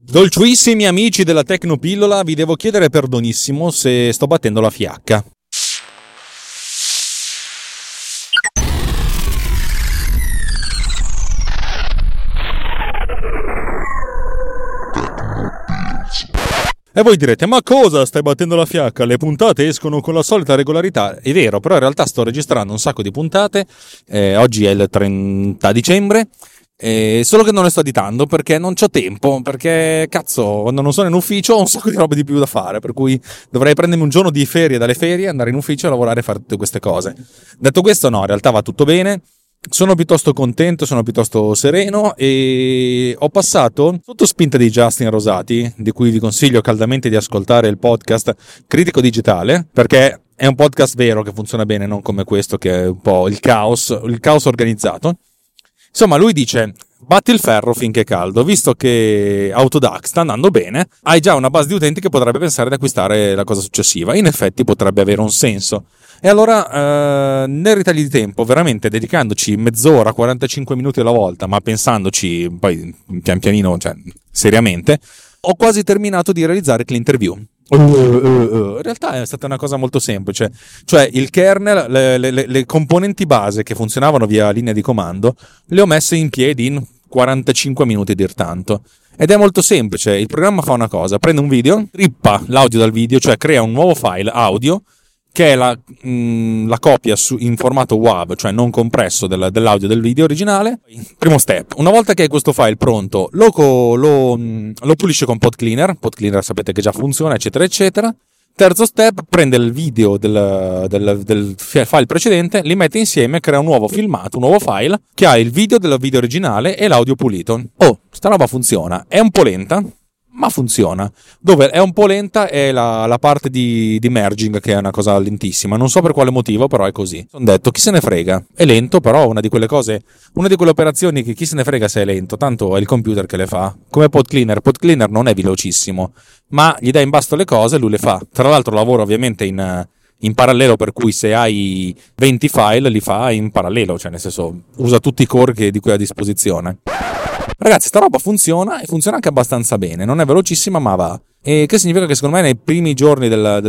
Dolcissimi amici della Tecnopillola, vi devo chiedere perdonissimo se sto battendo la fiacca. E voi direte, ma cosa stai battendo la fiacca? Le puntate escono con la solita regolarità. È vero, però in realtà sto registrando un sacco di puntate. Oggi è il 30 dicembre. Solo che non le sto editando perché non c'ho tempo, perché cazzo, quando non sono in ufficio ho un sacco di roba di più da fare, per cui dovrei prendermi un giorno di ferie dalle ferie, andare in ufficio a lavorare e fare tutte queste cose. Detto questo, no, in realtà va tutto bene. Sono piuttosto contento, sono piuttosto sereno e ho passato, sotto spinta di Justin Rosati, di cui vi consiglio caldamente di ascoltare il podcast Critico Digitale, perché è un podcast vero che funziona bene, non come questo che è un po' il caos organizzato. Insomma, lui dice, batti il ferro finché è caldo, visto che Autodax sta andando bene, hai già una base di utenti che potrebbe pensare di acquistare la cosa successiva. In effetti potrebbe avere un senso. E allora, nel ritaglio di tempo, veramente dedicandoci mezz'ora, 45 minuti alla volta, ma pensandoci poi pian pianino, cioè seriamente, ho quasi terminato di realizzare CleanTerview. In realtà è stata una cosa molto semplice, cioè il kernel, le componenti base che funzionavano via linea di comando le ho messe in piedi in 45 minuti dir tanto, ed è molto semplice. Il programma fa una cosa: prende un video, rippa l'audio dal video, cioè crea un nuovo file audio che è la copia in formato WAV, cioè non compresso dell'audio del video originale. Primo step: una volta che hai questo file pronto, lo pulisce con PodCleaner sapete che già funziona, eccetera eccetera. Terzo step: prende il video del file precedente, li mette insieme, crea un nuovo filmato, un nuovo file che ha il video del video originale e l'audio pulito. Sta roba funziona, è un po' lenta, ma funziona. Dove è un po' lenta è la parte di merging, che è una cosa lentissima, non so per quale motivo, però è così. Ho detto, chi se ne frega, è lento, però una di quelle operazioni che chi se ne frega se è lento, tanto è il computer che le fa. Come PodCleaner non è velocissimo, ma gli dai in basto le cose e lui le fa. Tra l'altro lavora ovviamente in parallelo, per cui se hai 20 file li fa in parallelo, cioè nel senso usa tutti i core di cui ha a disposizione. Ragazzi, sta roba funziona, e funziona anche abbastanza bene, non è velocissima ma va. E che significa che secondo me nei primi giorni del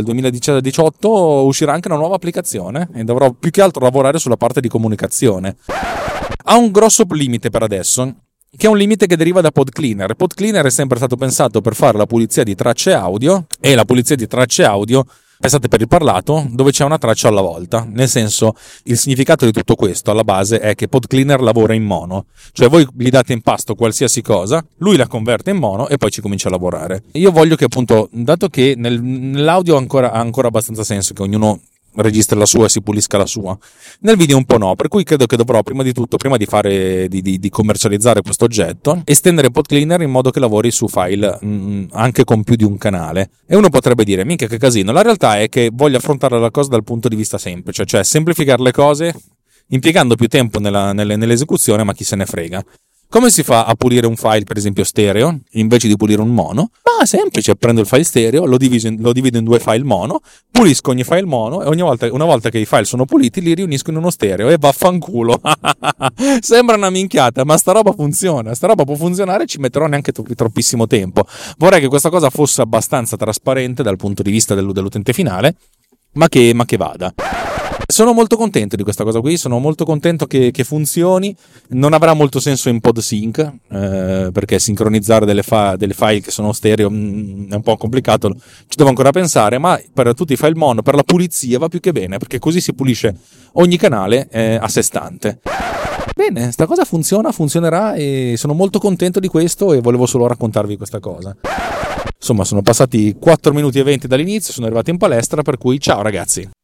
2018 uscirà anche una nuova applicazione e dovrò più che altro lavorare sulla parte di comunicazione. Ha un grosso limite per adesso, che è un limite che deriva da PodCleaner. PodCleaner è sempre stato pensato per fare la pulizia di tracce audio, e la pulizia di tracce audio pensate per il parlato, dove c'è una traccia alla volta. Nel senso, il significato di tutto questo alla base è che PodCleaner lavora in mono, cioè voi gli date in pasto qualsiasi cosa, lui la converte in mono e poi ci comincia a lavorare. Io voglio che, appunto, dato che nell'audio ha ancora abbastanza senso che ognuno registri la sua e si pulisca la sua, nel video un po' no, per cui credo che dovrò prima di fare di commercializzare questo oggetto, estendere PodCleaner in modo che lavori su file anche con più di un canale. E uno potrebbe dire, minchia che casino. La realtà è che voglio affrontare la cosa dal punto di vista semplice, cioè semplificare le cose impiegando più tempo nell'esecuzione, ma chi se ne frega. Come si fa a pulire un file, per esempio stereo, invece di pulire un mono? Ma semplice, prendo il file stereo, lo divido in due file mono, pulisco ogni file mono e una volta che i file sono puliti li riunisco in uno stereo e vaffanculo. Sembra una minchiata, ma sta roba funziona, sta roba può funzionare, ci metterò neanche troppissimo tempo. Vorrei che questa cosa fosse abbastanza trasparente dal punto di vista dell'utente finale, ma che vada. Sono molto contento di questa cosa qui, sono molto contento che funzioni. Non avrà molto senso in PodSync, perché sincronizzare delle file che sono stereo è un po' complicato, ci devo ancora pensare, ma per tutti i file mono, per la pulizia va più che bene, perché così si pulisce ogni canale a sé stante. Bene, sta cosa funzionerà e sono molto contento di questo e volevo solo raccontarvi questa cosa. Insomma, sono passati 4 minuti e 20 dall'inizio, sono arrivato in palestra, per cui ciao ragazzi.